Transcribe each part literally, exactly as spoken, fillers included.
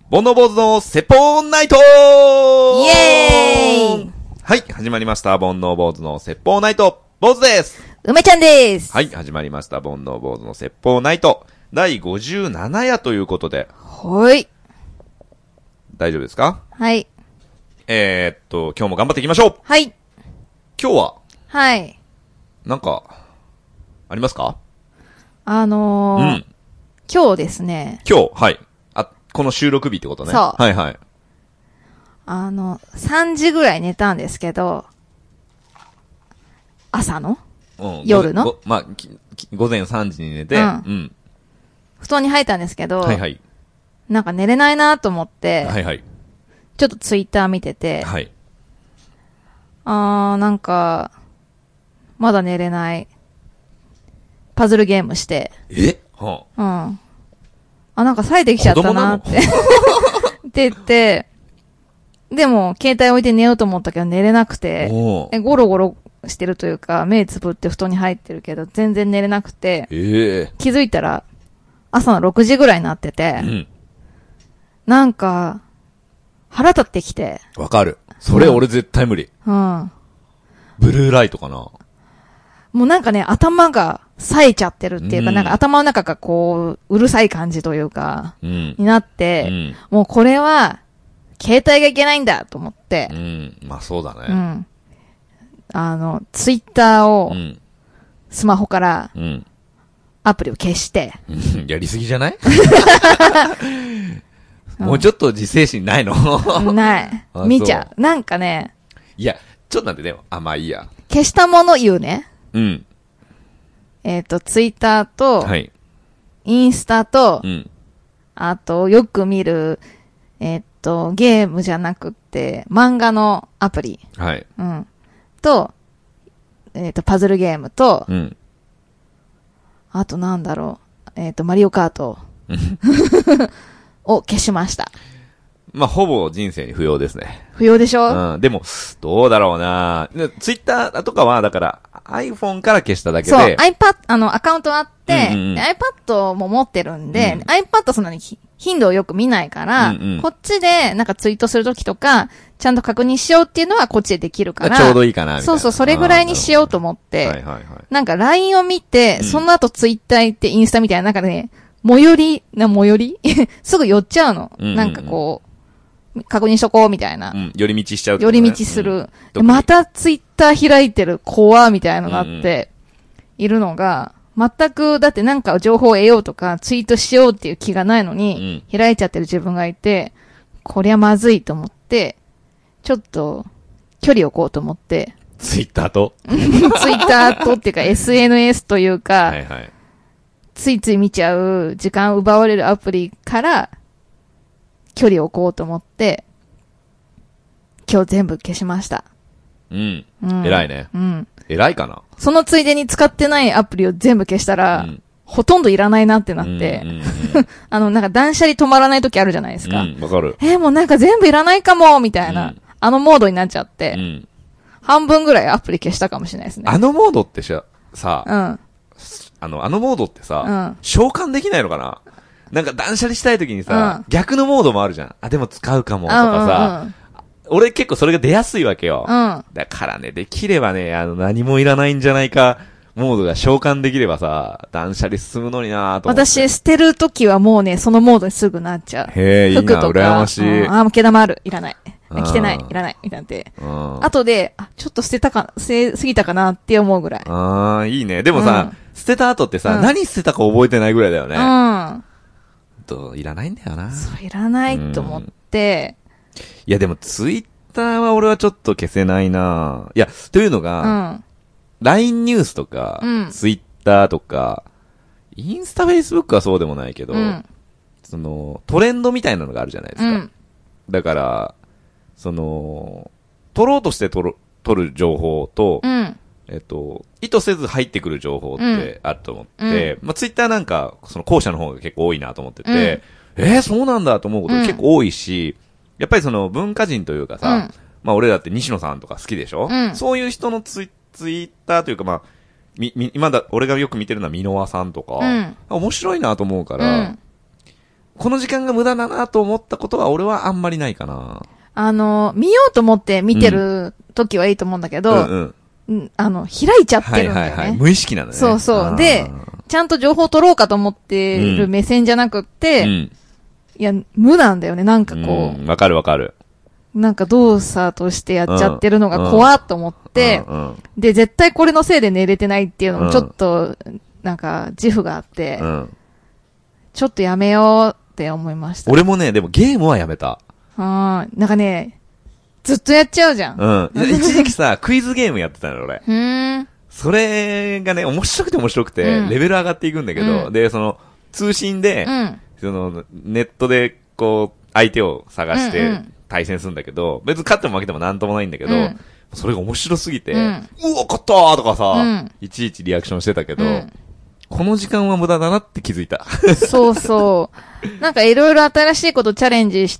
煩悩坊主の説法ナイトイエーイ。 はい、始まりました。煩悩坊主の説法ナイト。坊主です。 梅ちゃんです。 はい、始まりました。煩悩坊主の説法ナイト。だいごじゅうなな夜ということで。 はい。 大丈夫ですか？ はい。 えー、っと、今日も頑張っていきましょう。 はい。 今日ははい。 なんか、ありますか？ あのー、うん。今日ですね。 今日、はい。あ、この収録日ってことね。 そう。 はいはい。 あの、さんじぐらい寝たんですけど、朝の、うん、夜のまあ、午前さんじに寝て、うん、うん。 布団に入ったんですけど、 はいはい。 なんか寝れないなと思って、 はいはい。 ちょっとツイッター見てて、 はい。 あー、なんか、まだ寝れない。パズルゲームして。 え？はあ、うん。あ、なんか冴えてきちゃったなって。って言って、でも、携帯置いて寝ようと思ったけど寝れなくて、えゴロゴロしてるというか、目つぶって布団に入ってるけど、全然寝れなくて、 えー、 気づいたら、朝のろくじぐらいになってて、うん、なんか、腹立ってきて。 わかる。それ俺絶対無理。 うん。 ブルーライトかな。 もうなんかね、頭が冴えちゃってるっていうか、うん、なんか頭の中がこう、うるさい感じというか、うん、になって、うん、もうこれは、携帯がいけないんだと思って、 うん、まあそうだね。 うん。あの、ツイッターを、スマホから、うん、アプリを消して。 やりすぎじゃないもうちょっと自制心ないのない。見ちゃう。なんかね。 いや、ちょっと待ってね。あ、まあいいや。 消したもの言うね。 うん。 えっと、ツイッターと、 はい。 インスタと、 うん。 あと、よく見る、えっと、ゲームじゃなくって、漫画のアプリ。 はい。 うん。と、えっと、パズルゲームと、 うん。 あとなんだろう。えっと、マリオカート。を消しました。 まあ、ほぼ人生に不要ですね。 不要でしょ？ うん。でも、どうだろうな。ツイッターとかは、だから、iPhone から消しただけで。 そう、iPad、あの、アカウントあって、うんうんうん、iPad も持ってるんで、うん、iPad そんなに頻度をよく見ないから、うんうん、こっちでなんかツイートするときとか、ちゃんと確認しようっていうのはこっちでできるから。 ちょうどいいかなみたいな。 そうそう、それぐらいにしようと思って、はいはいはい、なんか ライン を見て、うん、その後ツイッター行ってインスタみたいな、なんかね、最寄り、な、最寄りすぐ寄っちゃうの。うんうんうん、なんかこう、確認しとこうみたいな。 うん、寄り道しちゃう、ね。 寄り道する。うん、またツイッター開いてる、怖みたいなのがあって、いるのが、全く、だってなんか情報を得ようとか、ツイートしようっていう気がないのに、うん、開いちゃってる自分がいて、こりゃまずいと思って、ちょっと、距離を置こうと思って。 ツイッターとツイッターとっていうか エスエヌエス というか、 はいはい、 ついつい見ちゃう、時間奪われるアプリから、距離を置こうと思って、今日全部消しました。 うん。うん、偉いね。 うん。 偉いかな。 そのついでに使ってないアプリを全部消したら、うん、ほとんどいらないなってなって、うんうんうん、あの、なんか断捨離止まらない時あるじゃないですか。 うん、わかる。 えー、もうなんか全部いらないかも、みたいな、うん、あのモードになっちゃって、うん、半分ぐらいアプリ消したかもしれないですね。 あのモードってしゃ、さ、 うん。 あの、あのモードってさ、 うん、 召喚できないのかな？なんか断捨離したい時にさ、うん、逆のモードもあるじゃん。あ、でも使うかもとかさ、うんうん、俺結構それが出やすいわけよ。 うん。 だからね、できればね、あの、何もいらないんじゃないか、モードが召喚できればさ、断捨離進むのになぁと思って。 私、捨てるときはもうね、そのモードにすぐなっちゃう。 へぇ、いいな、 服とか羨ましい。 うん、あ、もう毛玉ある。いらない。着てない。いらない。みたいなって。後で、あ、ちょっと捨てたか、捨てすぎたかなって思うぐらい。 ああ、いいね。でもさ、うん、捨てた後ってさ、うん、何捨てたか覚えてないぐらいだよね。 うん。 と、いらないんだよな。 そう、いらないと思って。 いや、でもツイッターは俺はちょっと消せないないや、というのが、うん、ライン ニュースとか、うん、ツイッターとか、インスタ、フェイスブックはそうでもないけど、うん、その、トレンドみたいなのがあるじゃないですか。うん、だから、その、取ろうとして取る、取る情報と、 うん、 えっと、意図せず入ってくる情報ってあると思って、うん、まあ、ツイッターなんか、その後者の方が結構多いなと思ってて、うん、えー、そうなんだと思うこと結構多いし、やっぱりその文化人というかさ、うん、まあ俺だって西野さんとか好きでしょ、うん、そういう人のツイ、ツイッターというかまあ、み、み、今だ、俺がよく見てるのは箕輪さんとか、うん、面白いなと思うから、うん、 この時間が無駄だなと思ったことは俺はあんまりないかな。 あの、見ようと思って見てる時はいいと思うんだけど、うんうん、あの、開いちゃってるんだよね。はいはいはい。 無意識なんだね。 そうそう。で、ちゃんと情報取ろうかと思ってる目線じゃなくって、うん、いや、無なんだよね、なんかこう。 わ、うん、かるわかる。 なんか動作としてやっちゃってるのが怖っと思って、うんうん、で、絶対これのせいで寝れてないっていうのもちょっと、なんか自負があって、うん、ちょっとやめようって思いました。 俺もね、でもゲームはやめた。 ああ、なんかね、ずっとやっちゃうじゃん。 うん。一時期さ、クイズゲームやってたのよ、俺。うん。それがね、面白くて面白くて、うん、レベル上がっていくんだけど、うん、で、その、通信で、うん、その、ネットで、こう、相手を探して、対戦するんだけど、別に勝っても負けてもなんともないんだけど、うん、それが面白すぎて、うん、うお、勝ったーとかさ、うん、いちいちリアクションしてたけど、うん、この時間は無駄だなって気づいた。 そうそう。なんかいろいろ新しいことチャレンジして、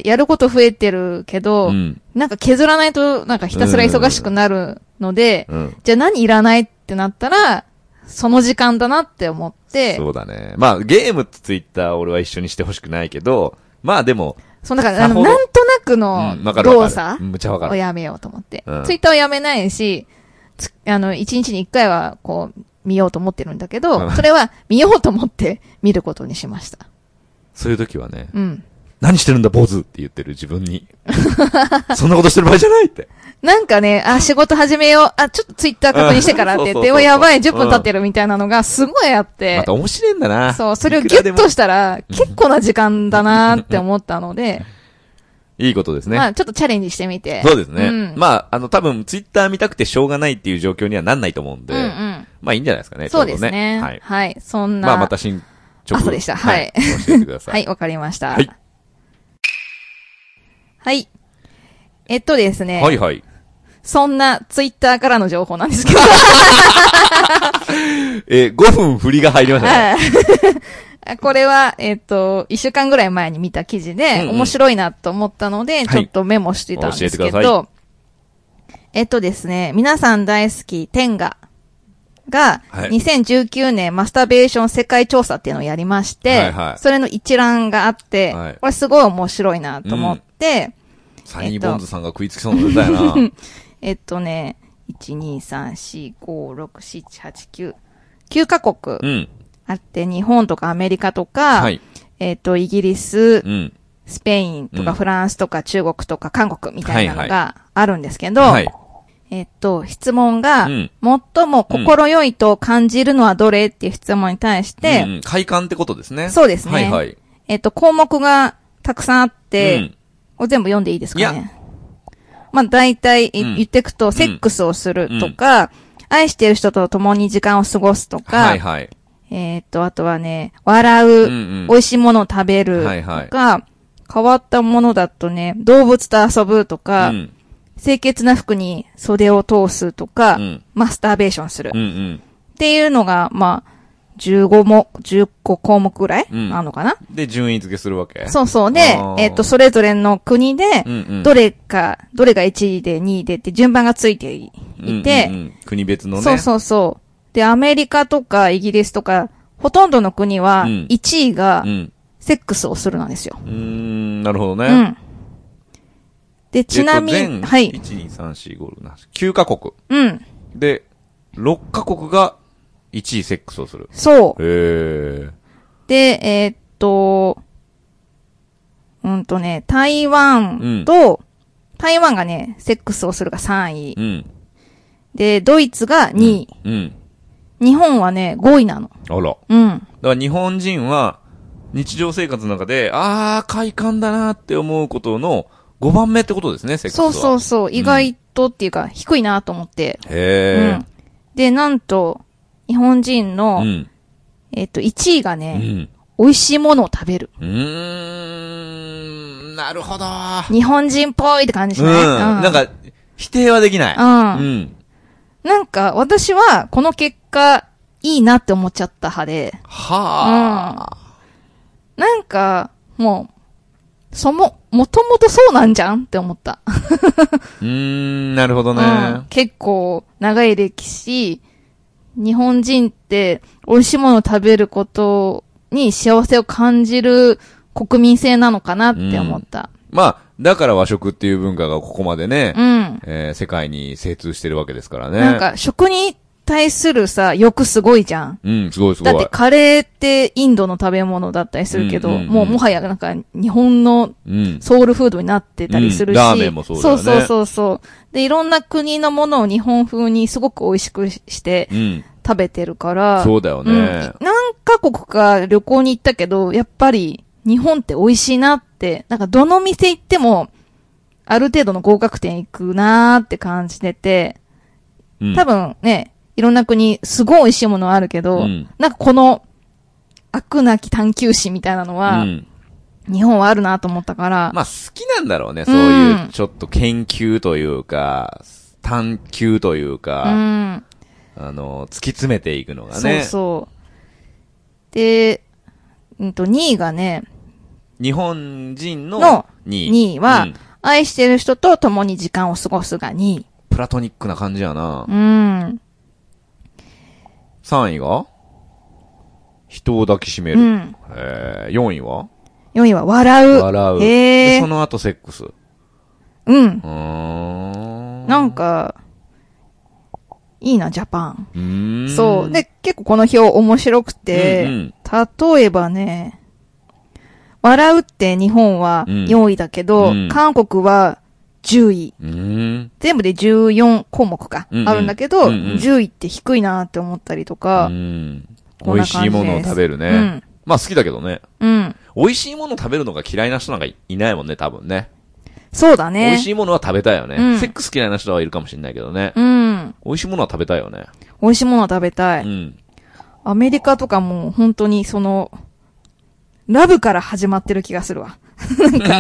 やること増えてるけど、うん、なんか削らないとなんかひたすら忙しくなるので、うん、じゃあ何いらないってなったら、その時間だなって思って。 そうだね。まあゲームとツイッター俺は一緒にしてほしくないけど、まあでも、 そう、だから、あの、なんとなくの動作をやめようと思って。ツイッターをやめないし、あの、一日に一回は、こう、見ようと思ってるんだけど、うん、それは見ようと思って見ることにしました。 そういう時はね、うん、何してるんだ坊主って言ってる自分に。そんなことしてる場合じゃないって。 なんかね、あ、仕事始めよう、あ、ちょっとツイッター確認してからって言って、お、やばい、じゅっぷん経ってるみたいなのがすごいあって。 また面白いんだな。 そう、それをギュッとしたら、結構な時間だなって思ったので、 いいことですね。 まあ、ちょっとチャレンジしてみて。 そうですね。うん、まあ、あの、多分、ツイッター見たくてしょうがないっていう状況にはなんないと思うんで、うんうん、まあ、いいんじゃないですかね。 そうですね。はい。はい。そんな。 まあ、また新、 直後。あ、そうでした。はい。 はい、教えてください。 はい、わかりました。はい。はい。えっとですね。 はいはい。 そんなツイッターからの情報なんですけど。 えー、ごふん振りが入りましたね。 これは、えっと、一週間ぐらい前に見た記事で、うんうん、面白いなと思ったので、ちょっとメモしてたんですけど、はい、えっとですね、皆さん大好き、テンガが、にせんじゅうきゅうねんマスターベーション世界調査っていうのをやりまして、はいはい、それの一覧があって、はい、これすごい面白いなと思って、 うん、サニーボンズさんが食いつきそうなネタやな。 えっとね、いち、に、さん、よん、ご、ろく、しち、はち、きゅう、きゅうカ国、うんあって、日本とかアメリカとか、はい、えっと、イギリス、うん、スペインとかフランスとか中国とか韓国みたいなのがあるんですけど、はいはい、えっと、質問が、うん、最も心よいと感じるのはどれっていう質問に対して、 うんうん、快感ってことですね。 そうですね。はいはい、えっと、項目がたくさんあって、うん、これ全部読んでいいですかね。まあ、大体、うん、言っていくと、セックスをするとか、うん、愛している人と共に時間を過ごすとか、はいはいえっと、あとはね、笑う、うんうん、美味しいものを食べるとか、はいはい、変わったものだとね、動物と遊ぶとか、うん、清潔な服に袖を通すとか、うん、マスターベーションする、うんうん。っていうのが、まあ、じゅうごも、じゅっこ項目ぐらいあるのかな、 うん、で、順位付けするわけそうそう。で、えっと、それぞれの国で、どれか、うんうん、どれがいちいでにいでって順番がついていて、うんうんうん、 国別のね。 そうそうそう。で、アメリカとかイギリスとか、ほとんどの国は、いちいが、セックスをするなんですよ。 うーん、なるほどね。うん。 で、ちなみに、 えっと、はい。いち、に、さん、よん、ご、ろく、なな、きゅうカ国。うん。で、ろっカ国がいちいセックスをする。 そう。 へー。 で、えー、っと、うんとね、台湾と、うん、台湾がね、セックスをするがさんい。うん。で、ドイツがにい。うん。うん日本はね、ごいなの。 あら。うん。だから日本人は、日常生活の中で、あー、快感だなって思うことのごばんめってことですね、セックスは。 そうそうそう。意外とっていうか、うん、低いなと思って。 へー。うん。 で、なんと、日本人の、うん、えっと、いちいがね、うん、美味しいものを食べる。 うーん、なるほど。 日本人っぽいって感じしない、 うん、うん。なんか、否定はできない。うん。うん。 なんか、私は、この結果、いいなって思っちゃった派で。 はあ、 うん。なんか、もう、そも、もともとそうなんじゃんって思った。 うーん、なるほどね、うん。 結構、長い歴史、日本人って、美味しいものを食べることに幸せを感じる国民性なのかなって思った。 うん、まあ、だから和食っていう文化がここまでね、 うん、 えー、世界に精通してるわけですからね。 なんか、食に対するさ、欲すごいじゃん。 うん、すごいすごい。 だってカレーってインドの食べ物だったりするけど、うんうんうん、もうもはやなんか日本のソウルフードになってたりするし、うんうん、 ラーメンもそうだよね。 そうそうそうそう。で、いろんな国のものを日本風にすごく美味しくして食べてるから、 うん、そうだよね、うん。 何カ国か旅行に行ったけど、やっぱり日本って美味しいなって、なんかどの店行ってもある程度の合格点行くなーって感じてて、うん、多分ね、いろんな国、すごい美味しいものはあるけど、うん、なんかこの、飽くなき探求心みたいなのは、うん、日本はあるなと思ったから。 まあ好きなんだろうね、そういう、ちょっと研究というか、探求というか、うん、あの、突き詰めていくのがね。 そうそう。で、うんと、にいがね、 日本人のにい。 にいは、うん、愛してる人と共に時間を過ごすがにい。 プラトニックな感じやな。 うん。 さんいが人を抱きしめる。うん、えー、よんいは ? よん 位は笑う。 笑う。 へで、その後セックス。 うん。 うーん。 なんか、いいな、ジャパン。 うーん。 そう。で、結構この表面白くて、うんうん、例えばね、笑うって日本はよんいだけど、うん、韓国はじゅうい。 うん、 全部でじゅうよんこうもくか、うんうん、あるんだけど、うんうん、じゅういって低いなって思ったりとか、 うん、美味しいものを食べるね、うん。まあ好きだけどね。 うん。 美味しいものを食べるのが嫌いな人なんかいないもんね、多分ね。 そうだね。 美味しいものは食べたいよね。うん、セックス嫌いな人はいるかもしれないけどね。 うん。 美味しいものは食べたいよね。 美味しいものは食べたい。 うん。 アメリカとかも本当にその、ラブから始まってる気がするわ。なんか。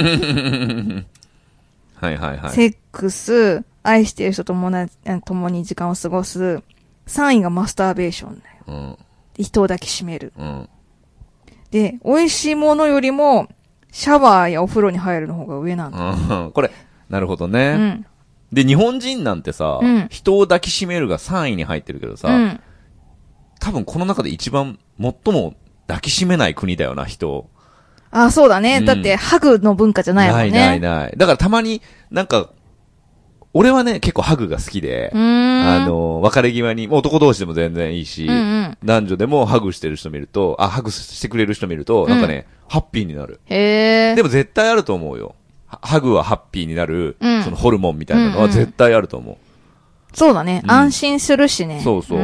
はいはいはい。 セックス、愛している人ともな、共に時間を過ごす。さんいがマスターベーションだよ。 うん。 人を抱きしめる。 うん。 で、美味しいものよりも、シャワーやお風呂に入るの方が上なんだ。 うん。これ、なるほどね。 うん。 で、日本人なんてさ、うん、人を抱きしめるがさんいに入ってるけどさ、うん、多分この中で一番最も抱きしめない国だよな、人を。 ああ、そうだね、うん。だって、ハグの文化じゃないもんね。 ないないない。だからたまに、なんか、俺はね、結構ハグが好きで、あの、別れ際に、もう男同士でも全然いいし、 うんうん、 男女でもハグしてる人見ると、あ、ハグしてくれる人見ると、うん、なんかね、ハッピーになる。 へー。 でも絶対あると思うよ。ハグはハッピーになる、うん、そのホルモンみたいなのは絶対あると思う。うんうん、そうだね、うん。安心するしね。 そうそう。 うん、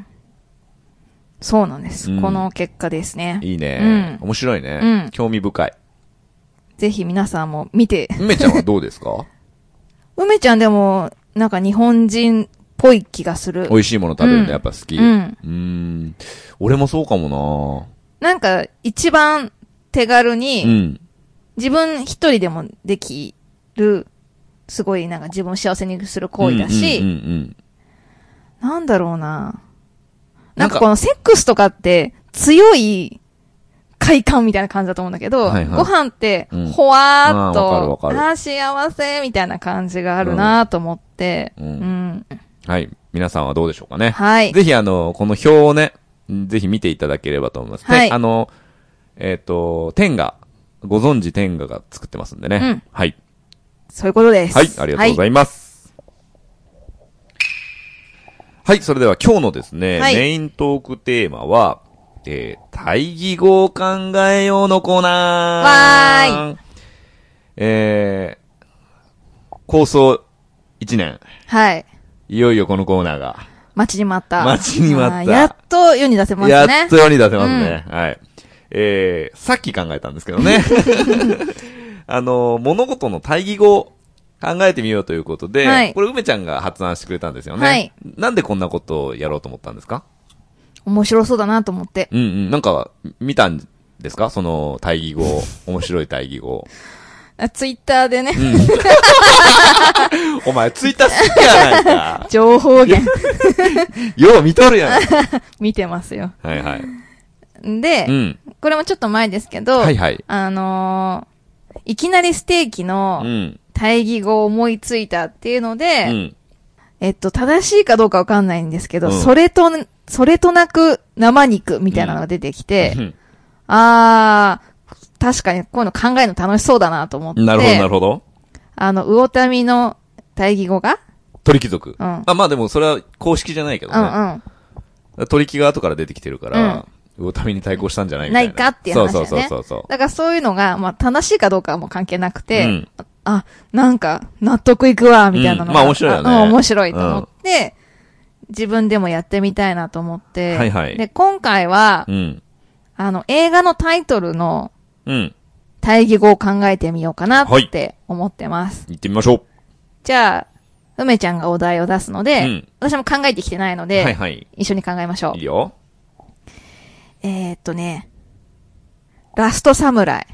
そうなんです、うん。この結果ですね。 いいね。うん、面白いね、うん。興味深い。 ぜひ皆さんも見て。 梅ちゃんはどうですか？ 梅ちゃんでも、なんか日本人っぽい気がする。 美味しいもの食べるのやっぱ好き。 うん。うん、 うーん。俺もそうかもな。なんか、一番手軽に、 うん、 自分一人でもできる、すごいなんか自分を幸せにする行為だし、 うんうんうんうん、 なんだろうな。なんかこのセックスとかって強い快感みたいな感じだと思うんだけど、はいはい、ご飯って、ほわーっと、うん、あ, わかるわかるあ幸せみたいな感じがあるなと思って、うんうん、 はい。皆さんはどうでしょうかね。 はい。 ぜひあの、この表をね、ぜひ見ていただければと思います。はい。あの、えっ、ー、と、天下、ご存知天下が作ってますんでね。 うん。 はい。 そういうことです。 はい。ありがとうございます。はい。はい、それでは今日のですね、はい、メイントークテーマは、えー、対義語を考えようのコーナー。 わーい。 えー、構想いちねん。 はい。 いよいよこのコーナーが。 待ちに待った。 待ちに待った。 やっと世に出せますね。 やっと世に出せますね。うん、はい。えー、さっき考えたんですけどね。あの、物事の対義語を考えてみようということで、はい、これ梅ちゃんが発案してくれたんですよね。はい。なんでこんなことをやろうと思ったんですか？ 面白そうだなと思って。 うんうん。なんか、見たんですか？その対義語。面白い対義語。 ツイッターでね。 うん、お前ツイッター好きやないか。 情報源。 よう見とるやん。 見てますよ。 はいはい。 で、うん、これもちょっと前ですけど、 はいはい、 あのー、いきなりステーキの対義語を思いついたっていうので、うん、えっと、正しいかどうかわかんないんですけど、うん、それと、それとなく生肉みたいなのが出てきて、うん、あー、 確かにこういうの考えるの楽しそうだなと思って。 なるほど、なるほど。 あの、魚民の対義語が鳥貴族。 うん。 あ、まあでもそれは公式じゃないけどね。 うんうん。鳥貴が後から出てきてるから、うん、魚民に対抗したんじゃないみたいな。 ないかっていう話だよね。 そうそうそうそう。 だからそういうのが、まあ正しいかどうかはもう関係なくて、うん、あ、なんか納得いくわ、みたいなのが、うん、 まあ面白いよね。 うん、面白いと思って、うん、自分でもやってみたいなと思って、 はいはい。 で、今回は、 うん、 あの、映画のタイトルの、 うん。 対義語を考えてみようかなって思ってます。 はい、行ってみましょう。 じゃあ、梅ちゃんがお題を出すので、うん、私も考えてきてないので、 はいはい、 一緒に考えましょう。 いいよ。 えー、っとね、ラストサムライ。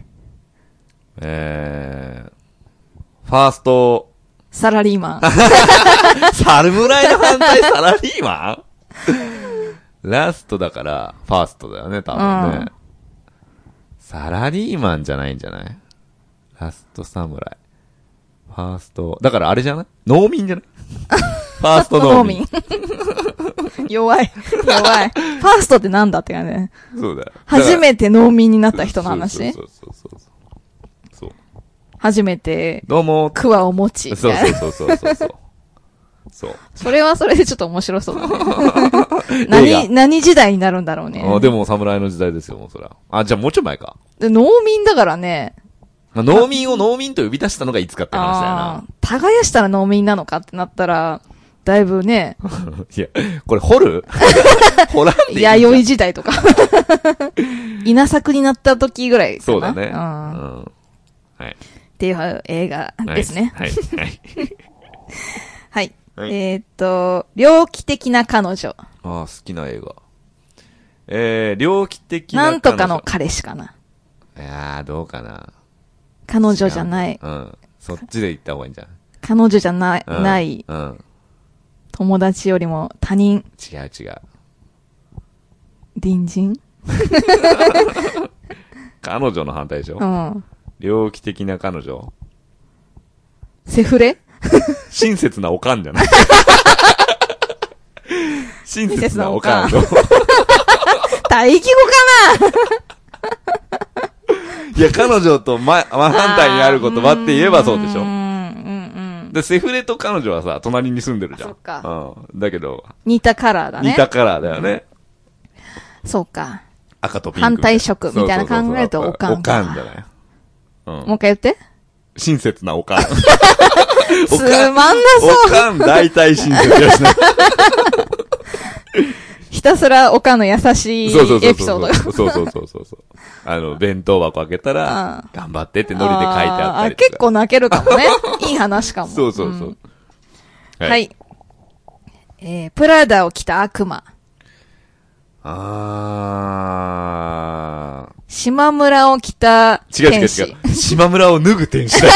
えー、ファースト、 サラリーマン。 サルムライの反対サラリーマンラストだから、ファーストだよね、多分ね。うん、サラリーマンじゃないんじゃない？ラストサムライ。ファースト、だからあれじゃない？農民じゃない？ファースト農民。 弱い。弱い。ファーストってなんだって感じね。 そうだよ。 初めて農民になった人の話。 そうそうそうそうそう。 初めて、 どうも。 桑を持ち。 そうそうそうそうそうそう。そう。 それはそれでちょっと面白そうだね。何、何時代になるんだろうね。 あでも侍の時代ですよ、もうそら。あ、じゃあもうちょい前か。 で農民だからね。 まあ、農民を農民と呼び出したのがいつかって話だよな。 耕したら農民なのかってなったら、だいぶね。 いや、これ掘る掘らんでいい。 弥生時代とか。稲作になった時ぐらいかな。 そうだね。 うん。 うん、はい。 っていう映画ですね。 はい。はい。 はい。はい、えー、っと、猟奇的な彼女。 ああ、好きな映画。えー、猟奇的な彼女。 なんとかの彼氏かな。 いやー、どうかな。 彼女じゃない。 うん。そっちで行った方がいいんじゃん。 彼女じゃない、 うん、 ない。 うん。 友達よりも他人。 違う違う。 隣人彼女の反対でしょ？ うん。 猟奇的な彼女。 セフレ親切なおかんじゃない親切なおかん。 対義語かないや、彼女と真、真反対にある言葉って言えばそうでしょ。 うん、うん、うん。 で、セフレと彼女はさ、隣に住んでるじゃん。 そっか。 うん。だけど。 似たカラーだね。 似たカラーだよね。 うん、そうか。 赤とピンク。 反対色みたいな考えるとおかん。 おかんじゃない。 うん。もう一回言って。 親切なおかん。 つまんなそう。 おかん大体親切ですね。 ひたすらおかんの優しいエピソード。 そうそうそうそうそうそう。あの、弁当箱開けたら、頑張ってってノリで書いてあったりとか。 あ結構泣けるかもね。いい話かも。 そうそうそう。うんはい、はい。えー、プラダを着た悪魔。 あー。 島村を着た天使。 違う違う違う。島村を脱ぐ天使だよ。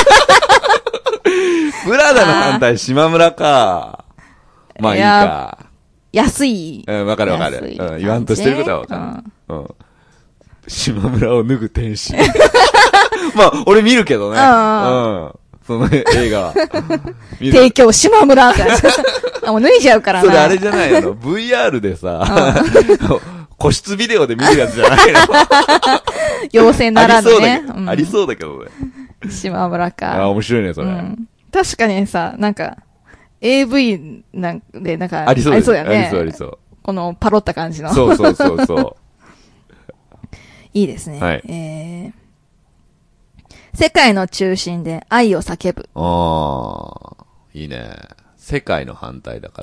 プラダの反対、島村か。まあいいか。 安い。 うん、わかるわかる。うん、言わんとしてることはわかる。うん。うん、島村を脱ぐ天使。まあ、俺見るけどね。うん。その映画は。 提供島村って。あ、もう脱いじゃうからな。 それあれじゃないの ブイアール でさ、個室ビデオで見るやつじゃないの妖精ならぬね。 ありそうだけどね。 島村か。 あ、面白いね、それ。 確かにさ、なんか、エーブイ なんで、なんか、 ありそうだよね。 ありそうありそう。 このパロった感じの。 そうそうそうそう。 いいですね。 はい。 えー、世界の中心で愛を叫ぶ。 ああ、いいね。世界の反対だから。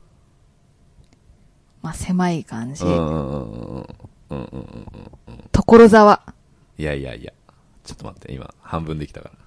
まあ、狭い感じ。 うんうんうんうんうんうん。 所沢。 いやいやいや。ちょっと待って、今、半分できたから。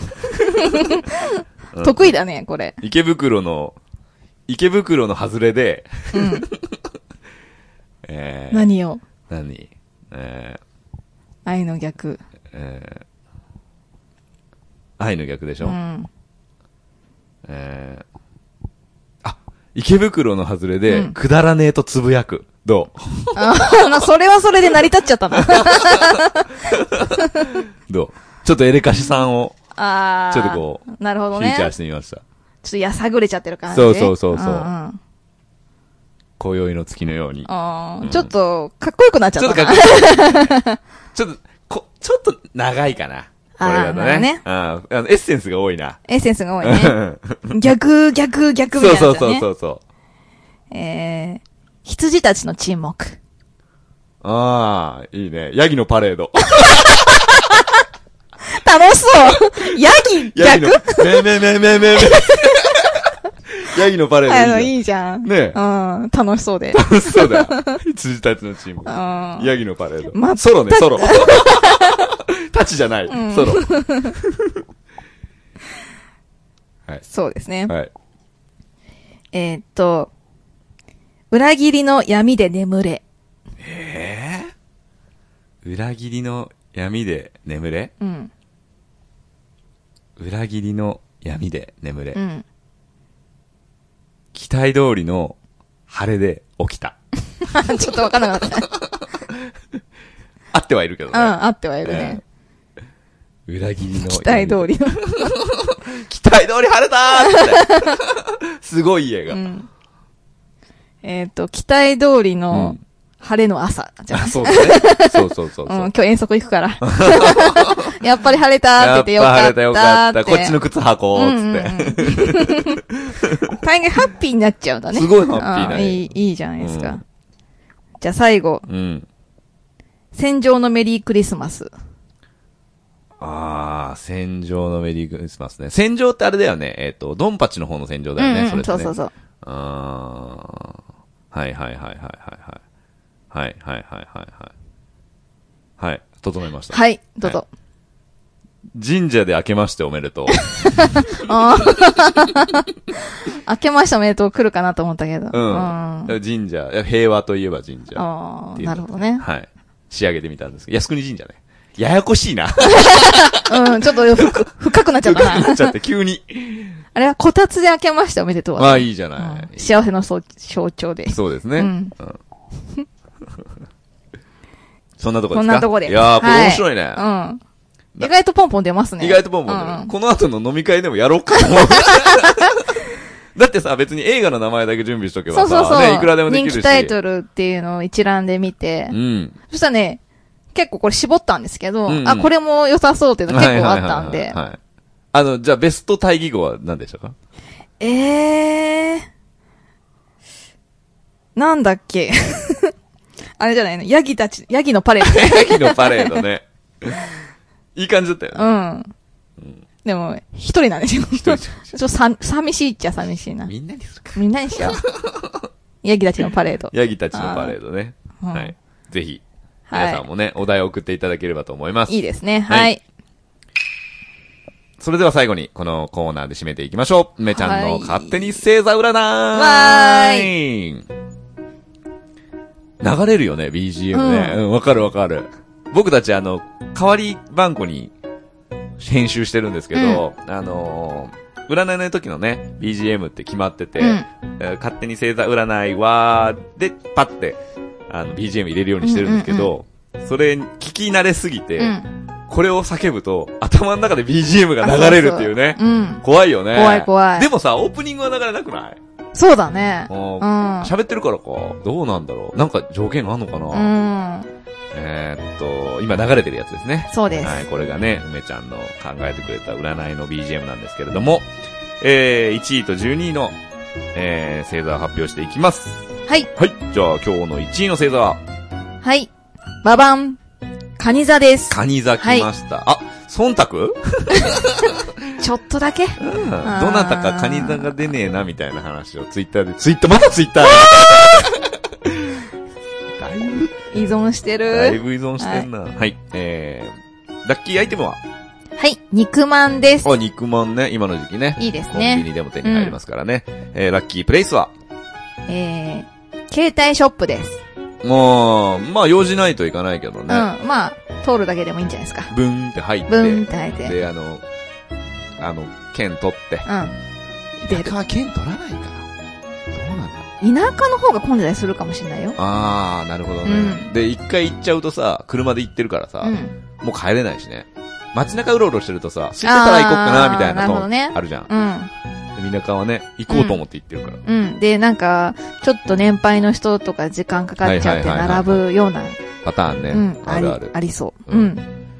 うん、得意だね、これ。 池袋の、池袋の外れで、 うん、 えー、 何を何えー、 愛の逆。 えー、愛の逆でしょ、 うん、 えー、あ、池袋の外れで、うん、くだらねえとつぶやく。どうあそれはそれで成り立っちゃったな。 どうちょっとエレカシさんを、 あちょっとこう、 なるほどね。 フィーチャーしてみました。 ちょっとやさぐれちゃってる感じ。 そうそうそうそう。うんうん、 今宵の月のように。 あうん、ちょっと、かっこよくなっちゃったな。 ちょっとかっこよく。ちょっと、 こ、ちょっと長いかな。これだとね。ね。ああ、エッセンスが多いな。 エッセンスが多いね。逆、逆、逆みたいな、ね。 そうそうそうそう。 えー、羊たちの沈黙。 ああ、いいね。ヤギのパレード。 楽しそうヤギ逆めめめめめめ。ヤギのパレードいいじゃん。あの、 いいじゃん。 ねうん。楽しそうで。 楽しそうだよ。羊たちのチーム。ヤギのパレード。 ま、 ソロね、ソロ。タチじゃない。うん、ソロ。はい。 そうですね。 はい。 えー、っと、裏切りの闇で眠れ。 えー、裏切りの闇で眠れ？ うん。 裏切りの闇で眠れ。 うん。 期待通りの晴れで起きた。 ちょっとわかんなかった。 合ってはいるけどね。 うん、合ってはいるね。 えー、裏切りの。 期待通りの。 期待通り晴れたーって。すごい映画。うん、 えっ、ー、と、期待通りの晴れの朝。じゃあ、 そうだね。そうそうそうそう、うん。 今日遠足行くから。やっぱり晴れたーって言ってよかったーって。やっぱ晴れたよかった。 こっちの靴履こうーつって。大概ハッピーになっちゃうんだね。 すごいハッピーな、ね。 いい、いいじゃないですか。うん、じゃあ最後。 うん。 戦場のメリークリスマス。 あー、戦場のメリークリスマスね。戦場ってあれだよね。えっ、ー、と、ドンパチの方の戦場だよね。 うんうん、 それってね。 そうそうそう。 あー。はいはいはいはいはいはい。はいはいはいはいはい。はい。整いました。 はい、どうぞ。はい、 神社で明けましておめでとう。 明けましておめでとう来るかなと思ったけど。 うん。うん、神社。平和といえば神社。 ああ、なるほどね。 はい。仕上げてみたんですけど。靖国神社ね。ややこしいな。 うん、ちょっと深くなっちゃったな。 深くなっちゃって、急に。 あれはこたつで明けましておめでとうは、 ね。まあいいじゃない。うん、 幸せの象徴で。 そうですね。うん。うん、そんなとこですか？ そんなとこで。 いやー、これ面白いね。 はい、うん。意外とポンポン出ますね。 意外とポンポン出る。うん、この後の飲み会でもやろうかと思う。だってさ、別に映画の名前だけ準備しとけばさ、そうそうそうね、いくらでもできるし。 人気タイトルっていうのを一覧で見て、 うん。 そしたらね、結構これ絞ったんですけど、うんうん、あ、これも良さそうっていうの結構あったんで。はいはいはいはい。 あの、じゃあベスト対義語は何でしたか？ えー。なんだっけあれじゃないのヤギたち、ヤギのパレード。 ヤギのパレードね。いい感じだったよね。 うん。うん、でも、一人なんですよ。一人。ちょっとさ、寂しいっちゃ寂しいな。 みんなにするか。 みんなにしよう。ヤギたちのパレード。 ヤギたちのパレードね。はい。ぜひ、皆さんもね、はい、お題を送っていただければと思います。 いいですね。はい。はい、 それでは最後に、このコーナーで締めていきましょう。梅ちゃんの勝手に星座占い。 わーい。 流れるよね、ビージーエム ね。うん、わ、うん、かるわかる。僕たちあの、代わり番号に編集してるんですけど、うん、あのー、占いの時のね、ビージーエム って決まってて、うん、えー、勝手に星座占いは、で、パッて、あの、ビージーエム 入れるようにしてるんですけど、うんうんうん、それ、聞き慣れすぎて、うん、これを叫ぶと、頭の中で ビージーエム が流れるっていうね。そうそう、うん、怖いよね。 怖い怖い。 でもさ、オープニングは流れなくない？ そうだね。 うん。喋ってるからか。どうなんだろう。なんか条件があるのかな。うん。えー、っと、今流れてるやつですね。 そうです。 はい、これがね、梅ちゃんの考えてくれた占いの ビージーエム なんですけれども、えー、いちいとじゅうにいの、えー、星座を発表していきます。 はい。 はい。じゃあ今日のいちいの星座は？ はい。ババン。カニ座です。 カニ座来ました。はい、あ、忖度ちょっとだけ、うん、 どなたかカニ座が出ねえなみたいな話をツイッターで、ツイッター、まだツイッターだいぶ依存してる。 だいぶ依存してんな。はい、はい。えー、ラッキーアイテムは？ はい、肉まんです。 あ、肉まんね。今の時期ね。 いいですね。 コンビニでも手に入りますからね。うん、えー、ラッキープレイスは？ えー、携帯ショップです。 もう、まあ、用事ないといかないけどね。うん、 まあ、通るだけでもいいんじゃないですか。 ブンって入って。 ブンって入って。 で、あの、あの、剣取って。うん。田舎は剣取らないか。どうなんだ。 田舎の方が混んでたりするかもしれないよ。 あー、なるほどね。うん、で、一回行っちゃうとさ、車で行ってるからさ、うん、もう帰れないしね。街中うろうろしてるとさ、空いてたら行こうかな、みたいなの、ね、あるじゃん。うん。で、田舎はね、行こうと思って行ってるから。 うん。うん、で、なんか、ちょっと年配の人とか時間かかっちゃって並ぶような。 パターンね。 うん。あるある。ありそう。うん。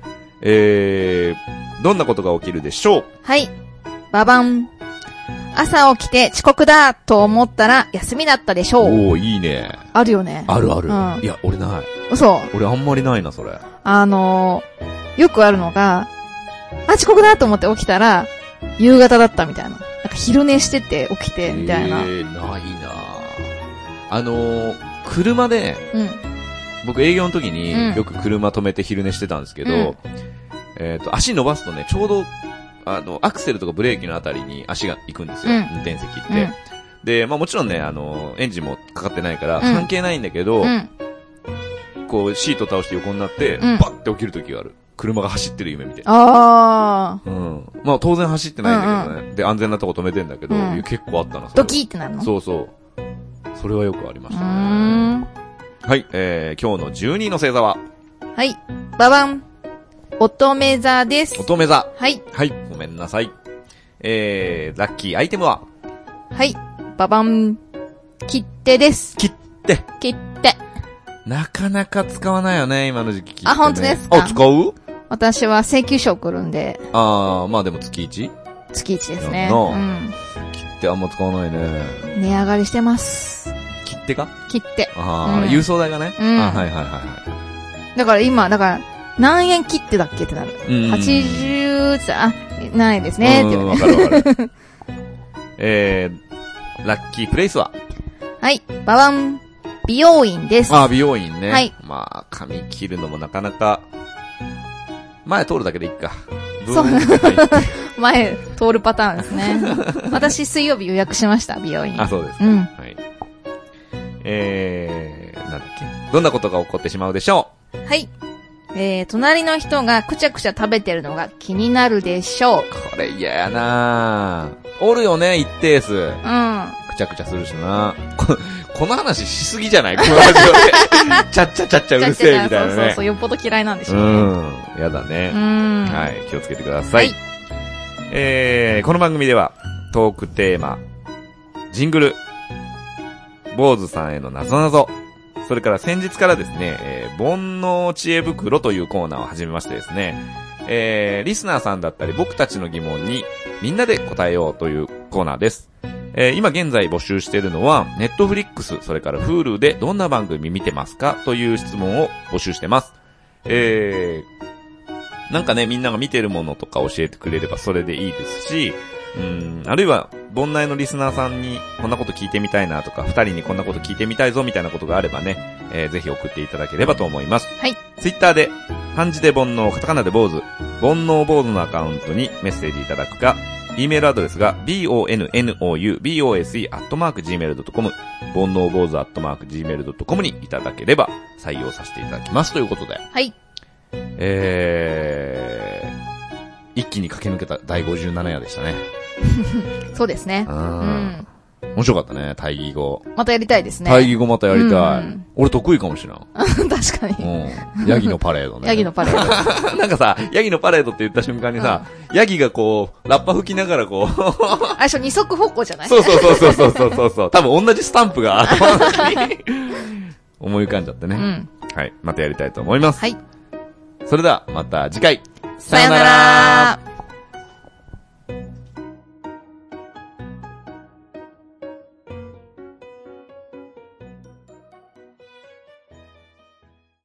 えー、どんなことが起きるでしょう？ はい。ババン。朝起きて遅刻だと思ったら休みだったでしょう。 おー、いいね。 あるよね。 あるある。 うん、 いや、俺ない。 嘘。 俺あんまりないな、それ。 あのー、よくあるのが、あ、遅刻だと思って起きたら、夕方だったみたいな。なんか昼寝してて起きて、みたいな。 えー、ないなあのー、車で、うん、僕営業の時によく車止めて昼寝してたんですけど、うん、えっと、足伸ばすとね、ちょうど、あの、アクセルとかブレーキのあたりに足が行くんですよ。うん、運転席って。うん、で、まあもちろんね、あの、エンジンもかかってないから関係ないんだけど、うん、こう、シート倒して横になって、バッて起きる時がある。車が走ってる夢見て。 ああ。 うん。まあ当然走ってないんだけどね。うんうん、で、安全なとこ止めてんだけど、うん、結構あったな。 ドキーってなるの？ そうそう。それはよくありましたね。はい、えー、今日のじゅうにいの星座は？ はい。ババン。乙女座です。 乙女座。 はい。 はい、ごめんなさい。えー、ラッキーアイテムは？ はい。ババン。切手です。 切手。 切手。 なかなか使わないよね、今の時期、ね。 あ、本当ですか？ あ、使う？ 私は請求書送るんで。 あー、まあでも月 いち？ 月いちですね。 うん。切手あんま使わないね。 値上がりしてます。 切手か？ 切手。 あー、うん、郵送代がね。うん。あ、はいはいはいはい。 だから今、だから、何円切手だっけってなる。うん。はちじゅう、あ、ないですね、っていうね。 わかるわかる。えー、ラッキープレイスは？はい、 ババン。美容院です。 ああ、美容院ね。 はい。 まあ、髪切るのもなかなか、前通るだけでいいか。 そう。前通るパターンですね。私水曜日予約しました、美容院。 あ、そうですか。うん。はい。えー、なんだっけ。どんなことが起こってしまうでしょう？はい。えー、隣の人がくちゃくちゃ食べてるのが気になるでしょう。 これ嫌やなぁ。おるよね、一定数。うん。くちゃくちゃするしなここの話しすぎじゃないこのラジオで。ちゃっちゃちゃっちゃうるせえみたいなね。 そうそうそう、よっぽど嫌いなんでしょうね。 うん。やだね。うん。はい、気をつけてください。はい。えー、この番組では、トークテーマ、ジングル、坊主さんへの謎々、それから先日からですね、えー、煩悩知恵袋というコーナーを始めましてですね、えー、リスナーさんだったり僕たちの疑問にみんなで答えようというコーナーです。えー、今現在募集しているのは、ネットフリックス、それから Hulu でどんな番組見てますかという質問を募集してます。えー、なんかね、みんなが見てるものとか教えてくれればそれでいいですし、うん、あるいは、盆内のリスナーさんにこんなこと聞いてみたいなとか、二人にこんなこと聞いてみたいぞみたいなことがあればね、えー、ぜひ送っていただければと思います。 はい。 ツイッターで、漢字で煩悩、カタカナで坊主、煩悩坊主のアカウントにメッセージいただくか、E メールアドレスが ボノノウボスアットマークジーメールドットコム 煩悩坊主アットマークジーメールドットコムにいただければ採用させていただきますということで。 はい。 えー、一気に駆け抜けただいごじゅうなな夜でしたね。 そうですね。うん。 面白かったね、対義語。 またやりたいですね。 対義語またやりたい。うん、俺得意かもしれん。 確かに。 うん。ヤギのパレードね。 ヤギのパレード。なんかさ、ヤギのパレードって言った瞬間にさ、うん、ヤギがこう、ラッパ吹きながらこう。 あれしょ、二足歩行じゃない？ そうそうそうそうそうそうそう。多分同じスタンプが頭の中に思い浮かんじゃってね。うん。はい。またやりたいと思います。 はい。 それでは、また次回。 さよなら。